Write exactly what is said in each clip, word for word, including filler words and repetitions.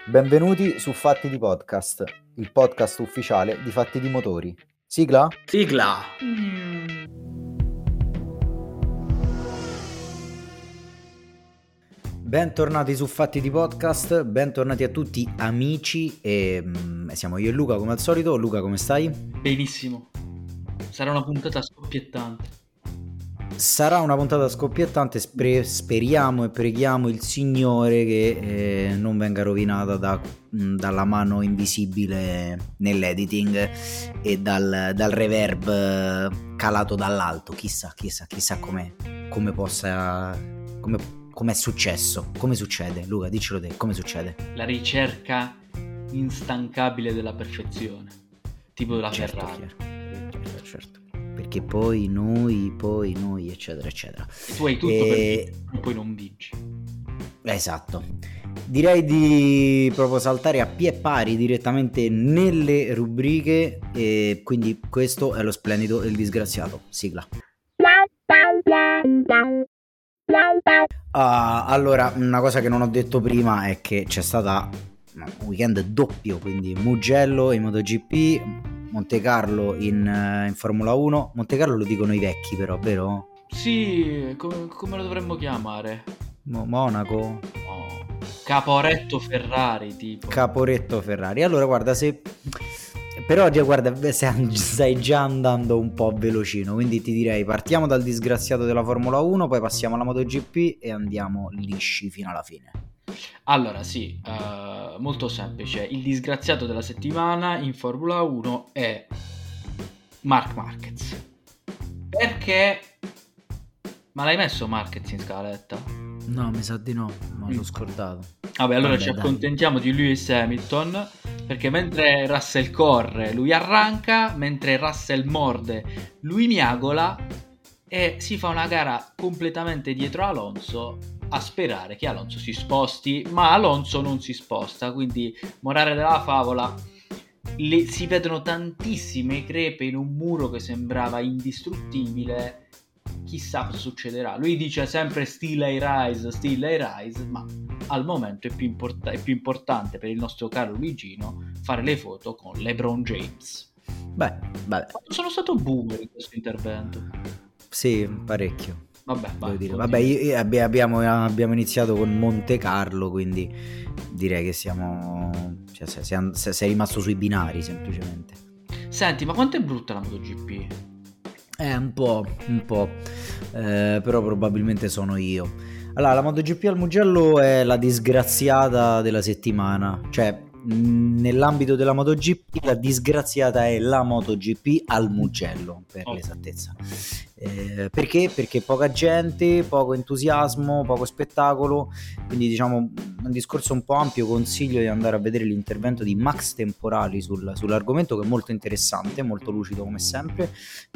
Benvenuti su Fatti di Podcast, il podcast ufficiale di Fatti di Motori. Sigla? Sigla! Bentornati su Fatti di Podcast, bentornati a tutti amici e mm, siamo io e Luca come al solito. Luca, come stai? Benissimo. Sarà una puntata scoppiettante. Sarà una puntata scoppiettante, spre- speriamo e preghiamo il Signore che eh, non venga rovinata da, mh, dalla mano invisibile nell'editing e dal, dal reverb eh, calato dall'alto. Chissà, chissà, chissà come, come possa... come, com'è successo, come succede. Luca, diccelo te, come succede? La ricerca instancabile della perfezione, tipo della Certo, Ferrari. certo, certo. Perché poi noi, poi noi, eccetera, eccetera. E tu hai tutto E... per vincere, poi non vinci. Esatto. Direi di proprio saltare a pie pari direttamente nelle rubriche e quindi questo è lo splendido e il disgraziato. Sigla. Uh, allora, una cosa che non ho detto prima è che c'è stata un weekend doppio, quindi Mugello in MotoGP, Monte Carlo in, uh, in Formula uno. Monte Carlo lo dicono i vecchi però, vero? Sì, com- come lo dovremmo chiamare? Mo- Monaco? Oh, Caporetto Ferrari, tipo. Caporetto Ferrari. Allora, guarda, se... però già guarda, stai già andando un po' velocino, quindi ti direi partiamo dal disgraziato della Formula uno, poi passiamo alla MotoGP e andiamo lisci fino alla fine. Allora sì, uh, molto semplice. Il disgraziato della settimana in Formula uno è Marc Marquez. Perché... Ma l'hai messo Marquez in scaletta? No, mi sa di no, ma l'ho scordato. Vabbè, allora Vabbè, ci dai. accontentiamo di Lewis Hamilton, perché mentre Russell corre, lui arranca, mentre Russell morde, lui miagola e si fa una gara completamente dietro Alonso a sperare che Alonso si sposti, ma Alonso non si sposta, quindi morale della favola, le, si vedono tantissime crepe in un muro che sembrava indistruttibile. Chissà cosa succederà. Lui dice sempre still I rise, still I rise, ma al momento è più, import- è più importante per il nostro caro Luigino fare le foto con LeBron James. Beh, vabbè. Sono stato boomer in questo intervento. Sì, parecchio. Vabbè, vai, dire. Vabbè, io, io abbiamo, abbiamo iniziato con Monte Carlo, quindi direi che siamo... Cioè, sei, sei, sei rimasto sui binari, semplicemente. Senti, ma quanto è brutta la MotoGP? Eh, un po', un po', eh, però probabilmente sono io. Allora, la MotoGP al Mugello è la disgraziata della settimana, cioè mh, nell'ambito della MotoGP la disgraziata è la MotoGP al Mugello, per oh. l'esattezza. Eh, perché? Perché poca gente, poco entusiasmo, poco spettacolo, quindi diciamo un discorso un po' ampio. Consiglio di andare a vedere l'intervento di Max Temporali sul, sull'argomento, che è molto interessante, molto lucido come sempre.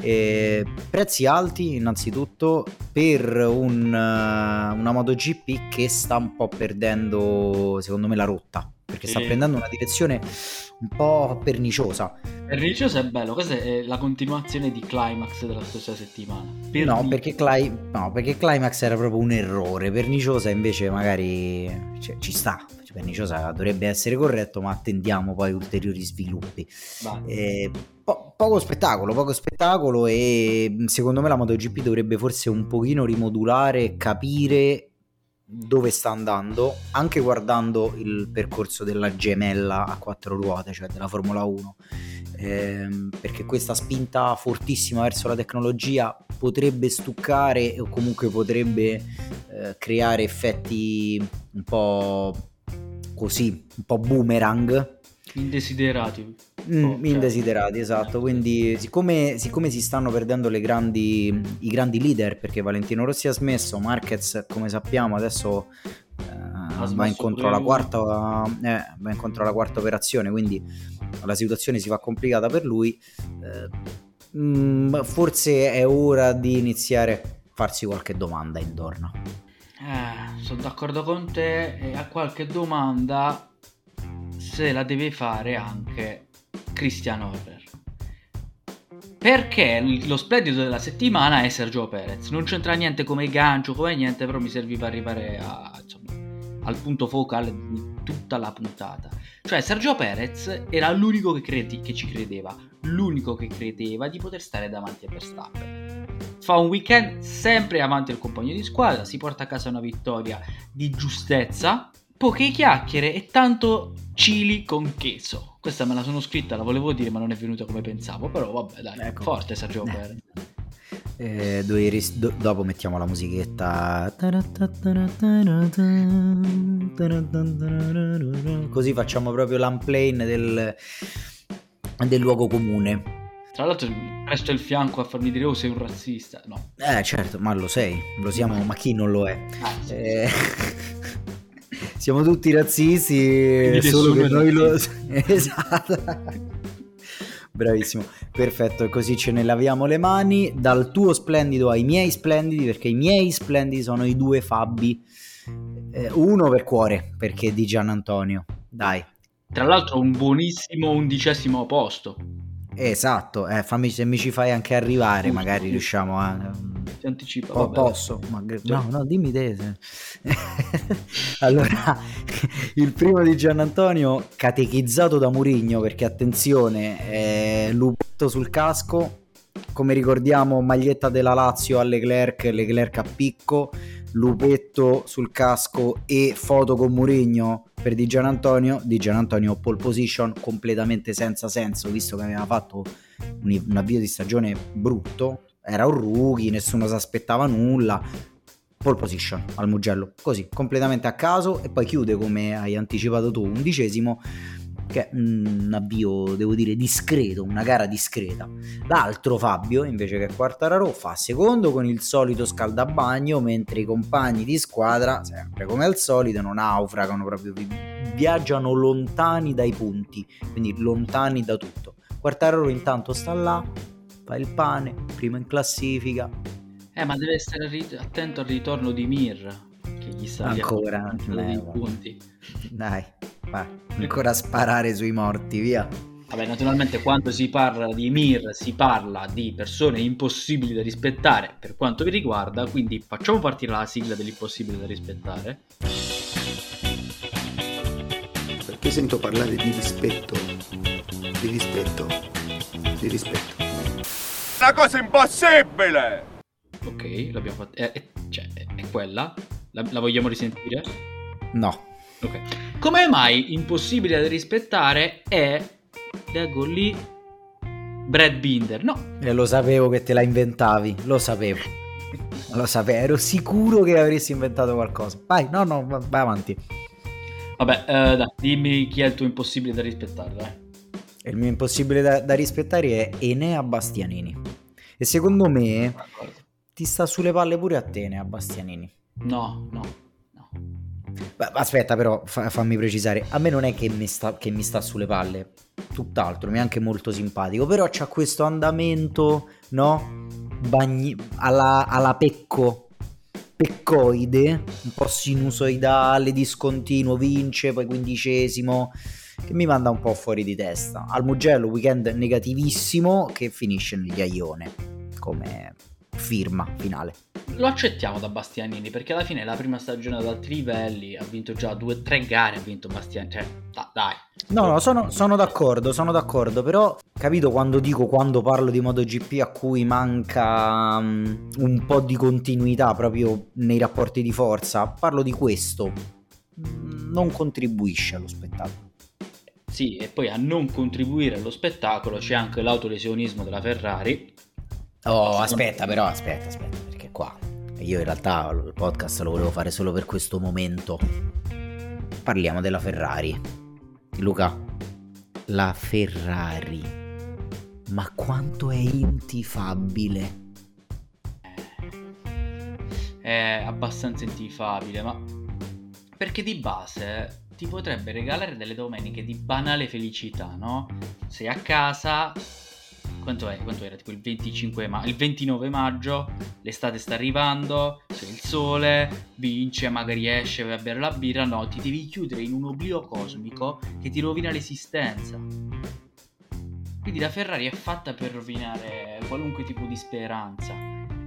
Eh, prezzi alti innanzitutto per un, una MotoGP che sta un po' perdendo, secondo me, la rotta, perché sta e... prendendo una direzione un po' perniciosa. Perniciosa è bello, questa è la continuazione di Climax della scorsa settimana. Per no, perché Cli- no, perché Climax era proprio un errore. Perniciosa invece magari cioè, ci sta. Cioè, perniciosa dovrebbe essere corretto, ma attendiamo poi ulteriori sviluppi. Eh, po- poco spettacolo, poco spettacolo e secondo me la MotoGP dovrebbe forse un pochino rimodulare e capire dove sta andando, anche guardando il percorso della gemella a quattro ruote, cioè della Formula uno, ehm, perché questa spinta fortissima verso la tecnologia potrebbe stuccare o comunque potrebbe eh, creare effetti un po' così, un po' boomerang, indesiderati. Mm, oh, indesiderati, esatto. Quindi siccome, siccome si stanno perdendo le grandi, i grandi leader, perché Valentino Rossi ha smesso, Marquez come sappiamo adesso eh, va incontro alla quarta eh, va incontro alla quarta operazione, quindi la situazione si fa complicata per lui. eh, mm, forse è ora di iniziare a farsi qualche domanda intorno. Eh, sono d'accordo con te, e a qualche domanda se la deve fare anche Christian Horner, perché lo splendido della settimana è Sergio Perez. Non c'entra niente come gancio, come niente, però mi serviva arrivare a, insomma, al punto focale di tutta la puntata. Cioè Sergio Perez era l'unico che, credi- che ci credeva, l'unico che credeva di poter stare davanti a Verstappen. Fa un weekend sempre avanti al compagno di squadra, si porta a casa una vittoria di giustezza, poche chiacchiere e tanto chili con queso. Questa me la sono scritta, la volevo dire ma non è venuta come pensavo, però vabbè dai, ecco. Forte Sergio eh. Perez. Eh, ris- do- dopo mettiamo la musichetta, così facciamo proprio l'unplane del, del luogo comune. Tra l'altro presto il fianco a farmi dire oh sei un razzista. No. Eh certo, ma lo sei, lo siamo, ma chi non lo è? Ah, sì, eh, sì. Siamo tutti razzisti, solo che noi lo... Esatto. Bravissimo, perfetto, e così ce ne laviamo le mani dal tuo splendido ai miei splendidi, perché i miei splendidi sono i due Fabi, eh, uno per cuore, perché di Gian Antonio, dai. Tra l'altro un buonissimo undicesimo posto. Esatto, eh, fammi, se mi ci fai anche arrivare, uh, magari uh, riusciamo a... Ti anticipa, oh, posso? Ma... No, no, dimmi te. Allora, il primo di Gian Antonio, catechizzato da Mourinho, perché attenzione, eh, lupetto sul casco, come ricordiamo maglietta della Lazio a Leclerc, Leclerc a picco, lupetto sul casco e foto con Mourinho per Di Gian Antonio. Di Gian Antonio pole position completamente senza senso, visto che aveva fatto un, un avvio di stagione brutto, era un rookie, nessuno si aspettava nulla, pole position al Mugello, così completamente a caso, e poi chiude, come hai anticipato tu, undicesimo, che è un avvio, devo dire, discreto, una gara discreta. L'altro Fabio, invece che Quartararo, fa secondo con il solito scaldabagno, mentre i compagni di squadra, sempre come al solito, non naufragano, proprio viaggiano lontani dai punti, quindi lontani da tutto. Quartararo intanto sta là, fa il pane, primo in classifica. Eh, ma deve essere rit- attento al ritorno di Mir, che gli sta ancora dei punti. Dai, vai, ancora a sparare sui morti, via. Vabbè, naturalmente quando si parla di Mir si parla di persone impossibili da rispettare per quanto vi riguarda, quindi facciamo partire la sigla dell'impossibile da rispettare. Perché sento parlare di rispetto, di rispetto, di rispetto. Una cosa impossibile! Ok, l'abbiamo fatta. È, è, cioè, è, è quella. La, la vogliamo risentire? No. Ok. Come mai impossibile da rispettare è, leggo lì, Brad Binder? No. E lo sapevo che te la inventavi, lo sapevo. Lo sapevo, ero sicuro che avresti inventato qualcosa. Vai, no, no, vai avanti. Vabbè, eh, dai, dimmi chi è il tuo impossibile da rispettare, dai. Il mio impossibile da, da rispettare è Enea Bastianini. E secondo me ti sta sulle palle pure a te, Enea Bastianini. No, no, no. Beh, aspetta, però, fa, fammi precisare. A me non è che mi, sta, che mi sta sulle palle, tutt'altro, mi è anche molto simpatico. Però c'ha questo andamento, no? Bagni, alla, alla Pecco, peccoide, un po' sinusoidale, discontinuo, vince, poi quindicesimo, che mi manda un po' fuori di testa. Al Mugello weekend negativissimo che finisce nel ghiaione come firma finale. Lo accettiamo da Bastianini, perché alla fine è la prima stagione ad alti livelli, ha vinto già due tre gare, ha vinto Bastianini, cioè da, dai. No, no, sono, sono d'accordo, sono d'accordo, però capito quando dico, quando parlo di MotoGP a cui manca um, un po' di continuità proprio nei rapporti di forza, parlo di questo, non contribuisce allo spettacolo. Sì, e poi a non contribuire allo spettacolo c'è anche l'autolesionismo della Ferrari. Oh, aspetta, però, aspetta, aspetta, perché qua io in realtà il podcast lo volevo fare solo per questo momento. Parliamo della Ferrari. Luca, la Ferrari, ma quanto è intifabile? È abbastanza intifabile, ma perché di base ti potrebbe regalare delle domeniche di banale felicità, no? Sei a casa, quanto è? Quanto era? Tipo il venticinque maggio, il ventinove maggio, l'estate sta arrivando, c'è il sole, vince, magari esce, vai a bere la birra, no, ti devi chiudere in un oblio cosmico che ti rovina l'esistenza. Quindi la Ferrari è fatta per rovinare qualunque tipo di speranza.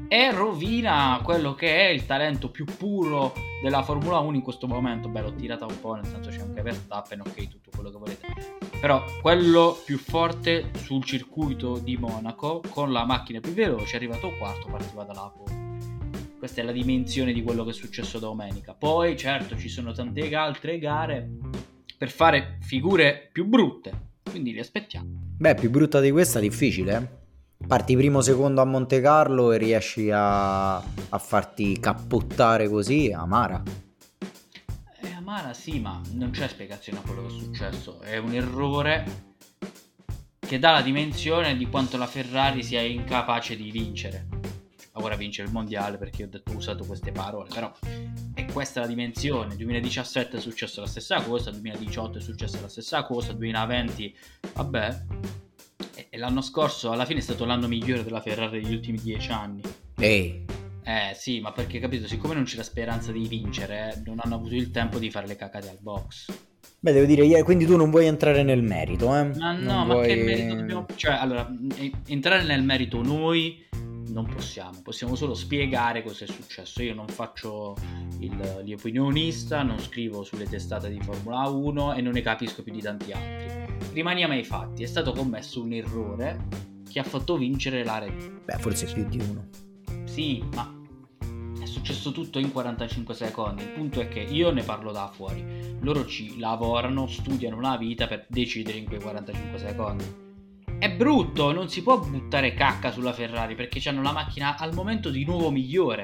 e rovina quello che è il talento più puro della Formula uno in questo momento. Beh, l'ho tirata un po', nel senso c'è anche Verstappen, ok, tutto quello che volete, però quello più forte sul circuito di Monaco, con la macchina più veloce, è arrivato quarto, partiva dalla pole. Questa è la dimensione di quello che è successo domenica. Poi certo ci sono tante altre gare per fare figure più brutte, quindi li aspettiamo. Beh, più brutta di questa difficile, eh? Parti primo secondo a Monte Carlo e riesci a, a farti cappottare così, amara. Eh, amara sì, ma non c'è spiegazione a quello che è successo. È un errore che dà la dimensione di quanto la Ferrari sia incapace di vincere. Ora vince il mondiale, perché ho, detto, ho usato queste parole, però è questa la dimensione. duemiladiciassette è successo la stessa cosa, duemiladiciotto è successa la stessa cosa, duemilaventi vabbè, e l'anno scorso alla fine è stato l'anno migliore della Ferrari degli ultimi dieci anni. Ehi, Eh sì, ma perché, capito, siccome non c'è la speranza di vincere, eh, non hanno avuto il tempo di fare le cacate al box. beh, devo dire, quindi tu non vuoi entrare nel merito, eh? Ma no, Non ma vuoi... che merito dobbiamo... Cioè, allora, e- entrare nel merito noi non possiamo, possiamo solo spiegare cosa è successo. Io non faccio il, l'opinionista, non scrivo sulle testate di Formula uno e non ne capisco più di tanti altri. Rimaniamo ai fatti, è stato commesso un errore che ha fatto vincere la Red Bull. Beh, forse più di uno. Sì, ma è successo tutto in quarantacinque secondi. Il punto è che io ne parlo da fuori, loro ci lavorano, studiano una vita per decidere in quei quarantacinque secondi. È brutto, non si può buttare cacca sulla Ferrari perché hanno la macchina al momento di nuovo migliore.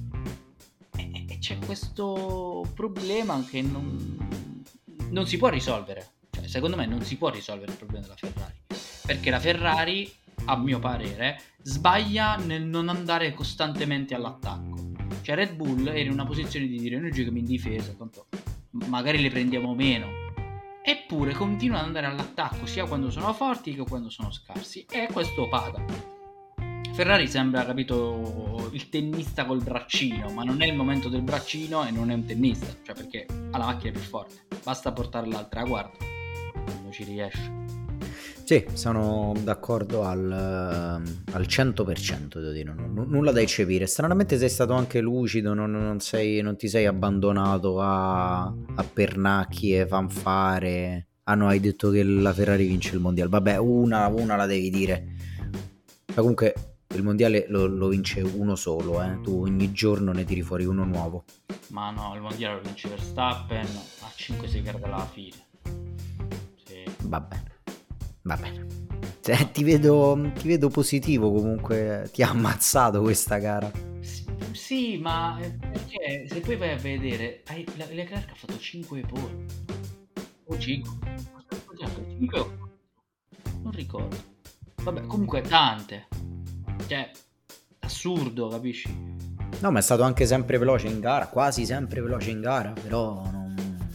E, e c'è questo problema che non, non si può risolvere. Cioè, secondo me non si può risolvere il problema della Ferrari, perché la Ferrari, a mio parere, sbaglia nel non andare costantemente all'attacco. Cioè Red Bull era in una posizione di dire: noi giochiamo in difesa, tanto magari le prendiamo meno. Eppure continuano ad andare all'attacco sia quando sono forti che quando sono scarsi, e questo paga. Ferrari sembra, capito, il tennista col braccino, ma non è il momento del braccino e non è un tennista, cioè perché ha la macchina più forte, basta portarla al traguardo, non ci riesce. Sì, sono d'accordo al, al cento per cento, devo dire, non, n- nulla da eccepire. Stranamente sei stato anche lucido, non, non, sei, non ti sei abbandonato a, a pernacchi e fanfare. Ah no, hai detto che la Ferrari vince il mondiale. Vabbè, una, una la devi dire. Ma comunque il mondiale lo, lo vince uno solo, eh. Tu ogni giorno ne tiri fuori uno nuovo. Ma no, il mondiale lo vince Verstappen a cinque sei gare dalla fine. Sì. Va bene. Va bene, cioè, ti vedo, ti vedo positivo comunque, ti ha ammazzato questa gara. Sì, sì, ma perché se poi vai a vedere, hai, la, Leclerc ha fatto cinque pole o cinque, cinque o non ricordo. Vabbè, comunque tante, cioè assurdo, capisci? No, ma è stato anche sempre veloce in gara, quasi sempre veloce in gara, però non...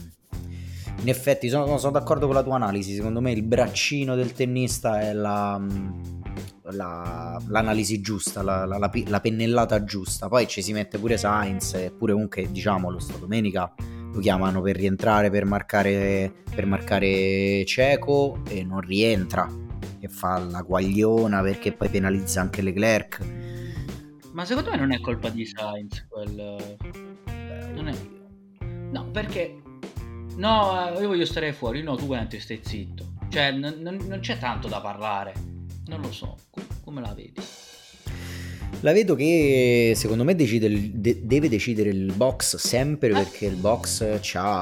In effetti sono, sono d'accordo con la tua analisi. Secondo me il braccino del tennista è la, la, l'analisi giusta, la, la, la, la pennellata giusta. Poi ci si mette pure Sainz, eppure comunque, diciamolo, sta domenica lo chiamano per rientrare, per marcare, per marcare Checo, e non rientra, e fa la guagliona perché poi penalizza anche Leclerc. Ma secondo me non è colpa di Sainz quel... non è... No, perché... No, io voglio stare fuori. No, tu guarda, stai zitto. Cioè, non, non, non c'è tanto da parlare. Non lo so, come, come la vedi? La vedo che secondo me decide il, de, deve decidere il box sempre, perché il box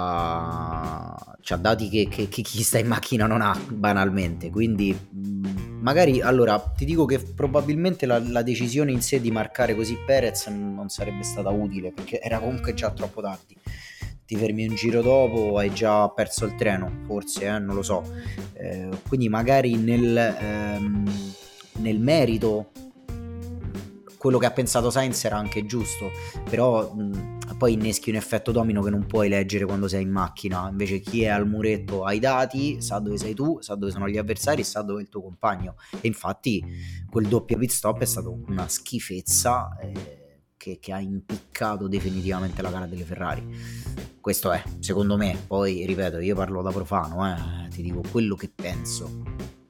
c'ha, c'ha dati che, che, che chi sta in macchina non ha, banalmente. Quindi magari, allora, ti dico che probabilmente la, la decisione in sé di marcare così Perez non sarebbe stata utile, perché era comunque già troppo tardi. Ti fermi un giro dopo, hai già perso il treno, forse, eh, non lo so. Eh, quindi magari nel, ehm, nel merito quello che ha pensato Sainz era anche giusto, però mh, poi inneschi un effetto domino che non puoi leggere quando sei in macchina. Invece chi è al muretto ha i dati, sa dove sei tu, sa dove sono gli avversari, sa dove è il tuo compagno. E infatti quel doppio pit stop è stato una schifezza, eh, che, che ha impiccato definitivamente la gara delle Ferrari. Questo è, secondo me. Poi ripeto, io parlo da profano, eh, ti dico quello che penso.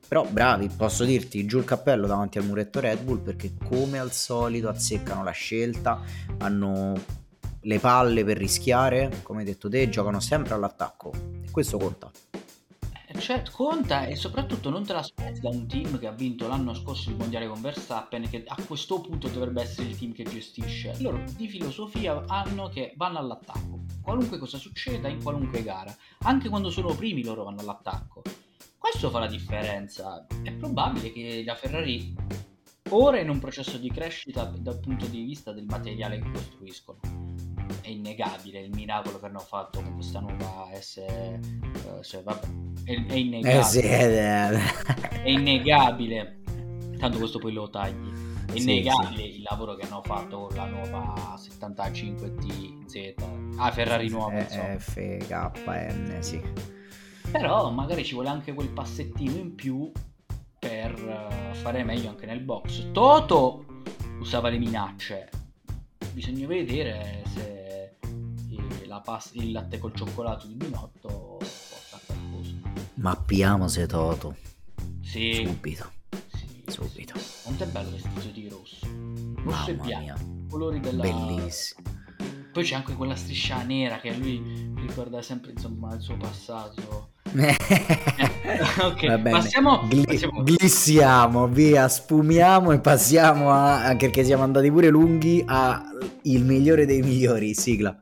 Però bravi, posso dirti, giù il cappello davanti al muretto Red Bull, perché come al solito azzeccano la scelta, hanno le palle per rischiare, come hai detto te, giocano sempre all'attacco e questo conta. Eh, Cioè, conta, e soprattutto non te l'aspetti da un team che ha vinto l'anno scorso il mondiale con Verstappen, che a questo punto dovrebbe essere il team che gestisce. Loro di filosofia hanno che vanno all'attacco, qualunque cosa succeda in qualunque gara, anche quando sono primi loro vanno all'attacco. Questo fa la differenza. È probabile che la Ferrari ora è in un processo di crescita dal punto di vista del materiale che costruiscono. È innegabile il miracolo che hanno fatto con questa nuova S, eh, cioè, vabbè, è, è innegabile. Eh sì, eh, È innegabile. Tanto questo poi lo tagli. È Sì, innegabile il lavoro che hanno fatto con la nuova settantacinque T Z. Ah, Ferrari nuova, insomma. F K N, sì. Però magari ci vuole anche quel passettino in più per uh, fare meglio anche nel box. Toto usava le minacce. Bisogna vedere se il, la pas- il latte col cioccolato di Binotto porta a qualcosa. Mappiamo se Toto. Sì, Subito. sì, Subito. sì. Quanto è bello vestito di rosso. Rosso Mamma e bianco. mia. Colori della... Bellissimo. Poi c'è anche quella striscia nera che a lui ricorda sempre, insomma, il suo passato. Ok, Va bene. passiamo, Gli- passiamo. glissiamo, via, spumiamo e passiamo a, anche perché siamo andati pure lunghi, a il migliore dei migliori, sigla.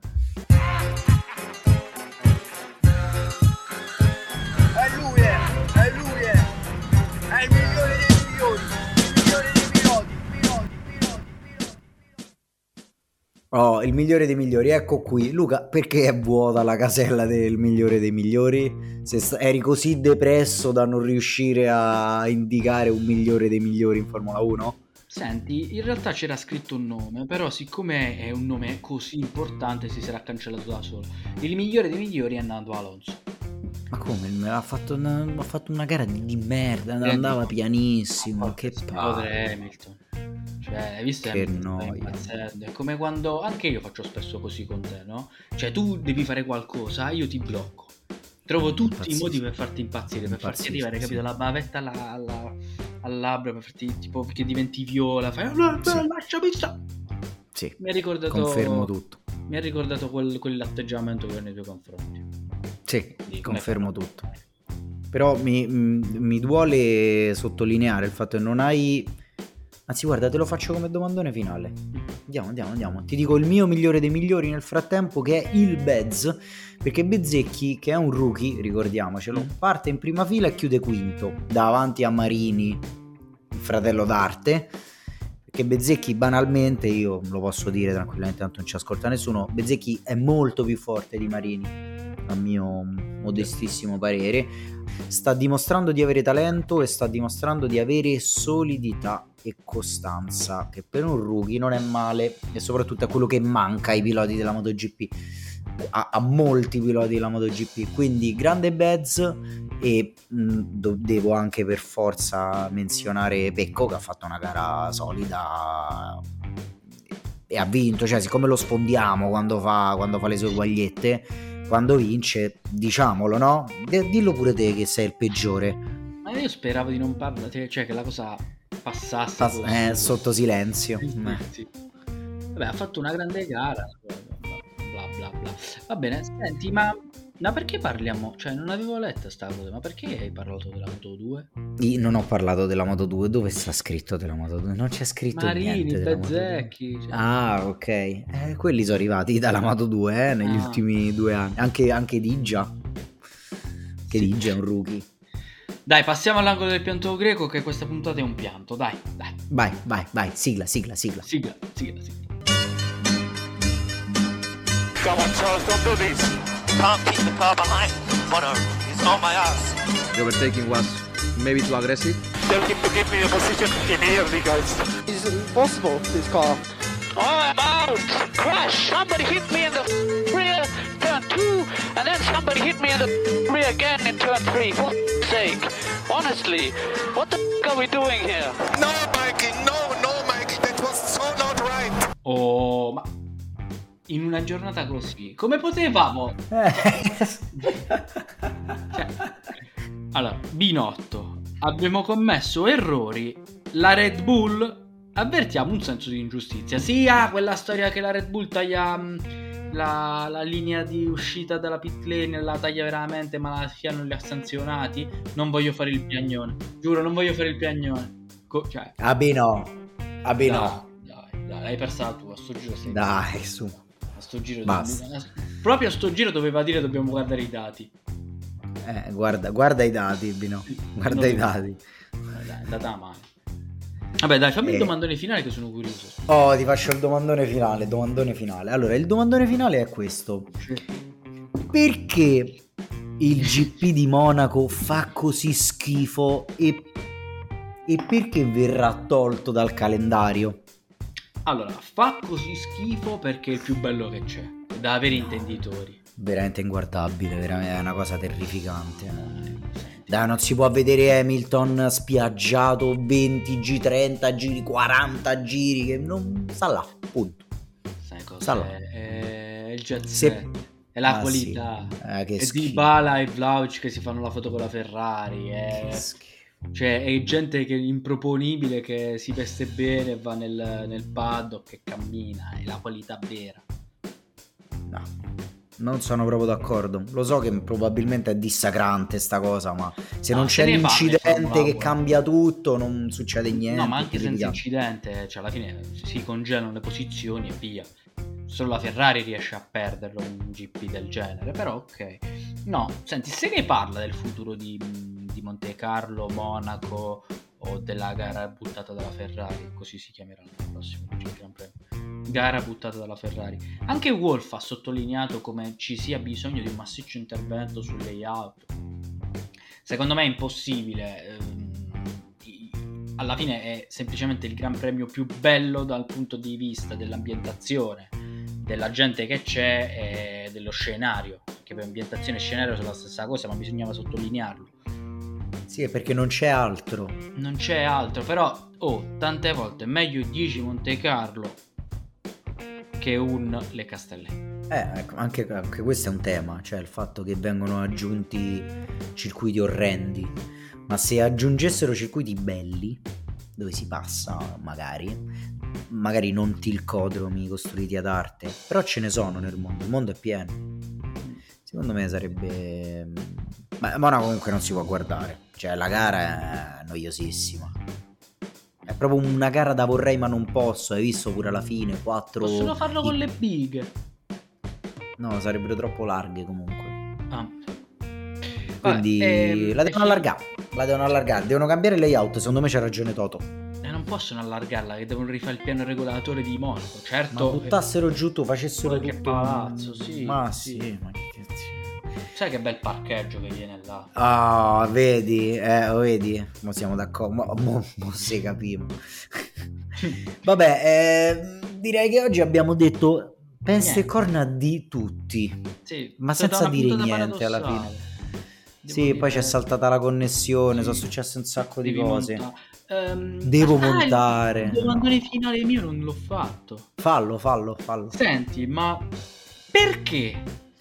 È lui, è, è lui, è, è il migliore dei migliori, il migliore dei piloti, piloti, piloti, piloti. Oh, il migliore dei migliori, ecco qui. Luca, perché è vuota la casella del migliore dei migliori? Se sta- eri così depresso da non riuscire a indicare un migliore dei migliori in Formula uno? Senti, in realtà c'era scritto un nome, però siccome è un nome così importante si sarà cancellato da solo. Il migliore dei migliori è Nando Alonso. Ma come? Ha fatto una, ha fatto una gara di, di merda, Rendi andava conto? pianissimo, che Padre palle. Hamilton. Cioè, hai visto? Che Hamilton sta noia. impazzendo. È come quando anche io faccio spesso così con te, no? Cioè, tu devi fare qualcosa, io ti blocco. Trovo tutti i Impazzisco. modi per farti impazzire, per farti Impazzisco, arrivare, capito? sì. La bavetta alla, alla- al labbro, per farti tipo che diventi viola, fai "Ah, Sì. lasciami stare". Sì, Mi ha ricordato confermo tutto. Mi ha ricordato quel, quell'atteggiamento che ho nei tuoi confronti. Sì, Quindi, confermo come- tutto. Però mi, mi duole sottolineare il fatto che non hai... Anzi, guarda, te lo faccio come domandone finale. Andiamo, andiamo, andiamo. Ti dico il mio migliore dei migliori nel frattempo, che è il Bez, perché Bezzecchi, che è un rookie, ricordiamocelo, Mm. parte in prima fila e chiude quinto, davanti a Marini, il fratello d'arte, perché Bezzecchi banalmente, io lo posso dire tranquillamente, tanto non ci ascolta nessuno, Bezzecchi è molto più forte di Marini, a mio modestissimo parere. Sta dimostrando di avere talento e sta dimostrando di avere solidità e costanza, che per un rookie non è male, e soprattutto è quello che manca ai piloti della MotoGP, a, a molti piloti della MotoGP. Quindi grande Bez. E mh, do- devo anche per forza menzionare Pecco, che ha fatto una gara solida e ha vinto, cioè siccome lo sfondiamo quando fa, quando fa le sue guagliette, quando vince, diciamolo, no? D- dillo pure te che sei il peggiore. Ma io speravo di non parlare, cioè che la cosa passasse Pass- così. eh, sotto silenzio. Sì, sì, Eh. sì. Vabbè, ha fatto una grande gara, bla bla bla. Va bene, senti, ma, ma perché parliamo? Cioè, non avevo letto sta cosa, ma perché hai parlato della Moto due? Io non ho parlato della Moto due, dove sta scritto della Moto due? Non c'è scritto Marini, niente della Moto due. Bezzecchi. Cioè. Ah, ok. Eh, quelli sono arrivati dalla Moto due eh, negli Ah. ultimi due anni. Anche, anche Digia. Che Sì. Digia è un rookie. Dai, passiamo all'angolo del pianto greco, che questa puntata è un pianto. Dai, dai. Vai, vai, vai. Sigla, sigla, sigla. Sigla, sigla, sigla. Come on, Charles, don't do this. Can't keep the car behind. Mono, he's on my ass. The overtaking was maybe too aggressive. Tell him to give me a position immediately, guys. It's impossible, this car. Oh, I'm out! Crash! Somebody hit me in the rear, turn two, and then somebody hit me in the rear again in turn three. For f***'s sake. Honestly, what the f*** are we doing here? No, Mikey, no, no, Mikey, that was so not right. Oh, ma in una giornata così, come potevamo? Eh. Cioè, allora, Binotto abbiamo commesso errori, la Red Bull, avvertiamo un senso di ingiustizia. Sia quella storia che la Red Bull taglia mh, la, la linea di uscita dalla pit lane, la taglia veramente, ma la F I A non li ha sanzionati. Non voglio fare il piagnone, giuro, non voglio fare il piagnone. Co- cioè, Abi no, Abi no. Dai, dai, hai persa la tua, a sto giro sei... Dai, su. A sto giro Basta. doveva- proprio a sto giro doveva dire dobbiamo guardare i dati. Eh, guarda, guarda i dati, Bino. Guarda Non- i dati. Eh, Dai, è andata male. Vabbè, dai, fammi Eh. il domandone finale che sono curioso. Oh, ti faccio il domandone finale, domandone finale. Allora, il domandone finale è questo. Perché il G P di Monaco fa così schifo e, e perché verrà tolto dal calendario? Allora, fa così schifo perché è il più bello che c'è, è da avere intenditori. Veramente inguardabile, veramente è una cosa terrificante. Dai, non si può vedere Hamilton spiaggiato venti giri, trenta giri, quaranta giri, che non sta là, punto. Sai cosa? Sta là. È, è il jet Se- set, è la Ah, qualità. sì. Eh, che È schifo. Dybala e Vlahovic che si fanno la foto con la Ferrari. È, Che schifo. cioè, è gente che improponibile che si veste bene e va nel, nel paddock che cammina. È la qualità vera. No, non sono proprio d'accordo. Lo so che probabilmente è dissacrante sta cosa, ma se No, non se c'è ne va, ne l'incidente Formula che uno. cambia tutto, non succede niente. No, ma anche senza Terrificante. incidente, cioè alla fine si congelano le posizioni e via. Solo la Ferrari riesce a perderlo un G P del genere, però ok. No, senti, se ne parla del futuro di, di Monte Carlo, Monaco o della gara buttata dalla Ferrari, così si chiamerà l'anno prossimo il Gran Premio. Gara buttata dalla Ferrari. Anche Wolff ha sottolineato come ci sia bisogno di un massiccio intervento sul layout. Secondo me è impossibile. ehm, i- Alla fine è semplicemente il Gran Premio più bello dal punto di vista dell'ambientazione, della gente che c'è e dello scenario. Che per ambientazione e scenario sono la stessa cosa, ma bisognava sottolinearlo. Sì, è perché non c'è altro. Non c'è altro, però, oh, tante volte meglio dieci Monte Carlo che un Le Castellet. Eh, ecco, anche, anche questo è un tema, cioè il fatto che vengono aggiunti circuiti orrendi. Ma se aggiungessero circuiti belli, dove si passa magari, magari non tilcodromi costruiti ad arte, però ce ne sono nel mondo, il mondo è pieno. Secondo me sarebbe... Ma Monaco comunque non si può guardare, cioè la gara è noiosissima. È proprio una gara da vorrei ma non posso, hai visto pure alla fine, quattro... Possono farlo con le bighe. No, sarebbero troppo larghe comunque. Ah. Quindi Vabbè, ehm, la devono e- allargare, la devono allargare, devono cambiare il layout, secondo me c'ha ragione Toto. E non possono allargarla, che devono rifare il piano regolatore di Monaco. Ma Certo, buttassero giù, facessero Qualche tutto... palazzo, sì, Ma sì. sì, ma che cazzo. sai che bel parcheggio che viene là. Ah, vedi, eh, vedi, mo siamo d'accordo, mo, mo, mo si capiamo. Vabbè, eh, direi che oggi abbiamo detto peste e Niente. corna di tutti, Sì, ma è stata senza una dire puntata niente alla paradossale. fine. Devo Sì, dire- poi c'è saltata la connessione, Sì. sono successe un sacco di Devi cose. monta- Ehm, Devo ah, montare. Il domandone finale mio non l'ho fatto. Fallo, fallo, fallo. Senti, ma perché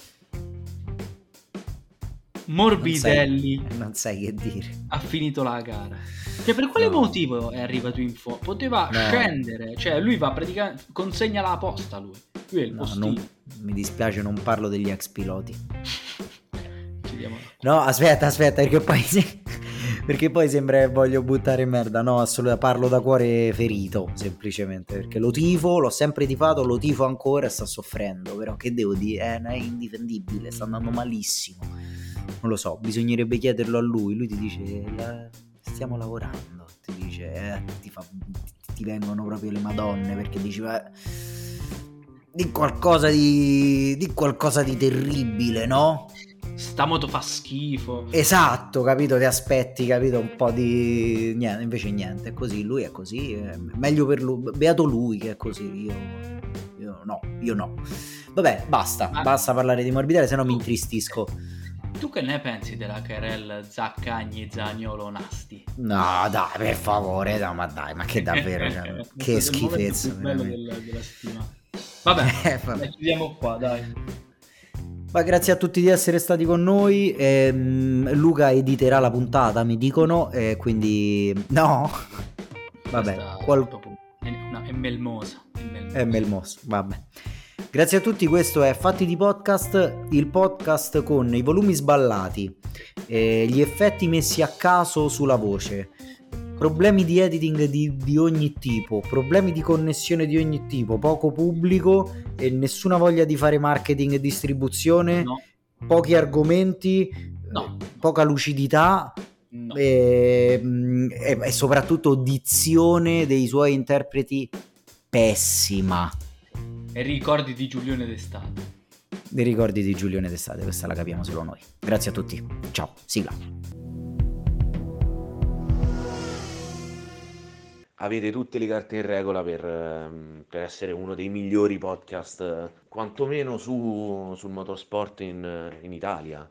Non Morbidelli sai, non sai che dire. ha finito la gara? Cioè, per quale No. motivo è arrivato in fondo? Poteva No. scendere, cioè lui va praticamente, consegna la posta lui. Lui è il No, postino. non- mi dispiace, non parlo degli ex piloti. Ci diamo- No, aspetta, aspetta, perché poi, se- perché poi sembra che voglio buttare merda. No, assolutamente, parlo da cuore ferito, semplicemente, perché lo tifo, l'ho sempre tifato, lo tifo ancora e sta soffrendo, però che devo dire, eh, è indifendibile, sta andando malissimo. Non lo so, bisognerebbe chiederlo a lui, lui ti dice, "La- stiamo lavorando", ti dice, eh, ti, fa, ti vengono proprio le madonne, perché dici, "Ma- di qualcosa di, di qualcosa di terribile, no?" Sta moto fa schifo. Esatto, capito, ti aspetti, capito, un po' di... niente, invece niente, è così, lui è così, è meglio per lui, beato lui che è così, io, io no, io no. Vabbè, basta, Ma- basta parlare di Morbidelli, se no mi intristisco. Tu che ne pensi della querel Zaccagni, Zaniolo, Nasti? No, dai, per favore, no, ma dai, ma che davvero, cioè, Questo è che il schifezza. momento più bello veramente. del- della settimana. Vabbè, Eh, vabbè. dai, chiudiamo qua, dai. Ma grazie a tutti di essere stati con noi. ehm, Luca editerà la puntata, mi dicono, e quindi no. Vabbè, Questa qual- proprio è, una, è melmosa. È melmosa. è Melmos, vabbè. Grazie a tutti, questo è Fatti di Podcast, il podcast con i volumi sballati, eh, gli effetti messi a caso sulla voce, problemi di editing di, di ogni tipo, problemi di connessione di ogni tipo, poco pubblico e nessuna voglia di fare marketing e distribuzione, No, pochi argomenti, no, eh, poca lucidità no. e, mm, e- e soprattutto dizione dei suoi interpreti pessima. E ricordi di Giulione d'estate. Dei ricordi di Giulione d'estate, questa la capiamo solo noi. Grazie a tutti, ciao, sigla. Avete tutte le carte in regola per, ehm, per essere uno dei migliori podcast, eh, quantomeno su, sul motorsport in, in Italia.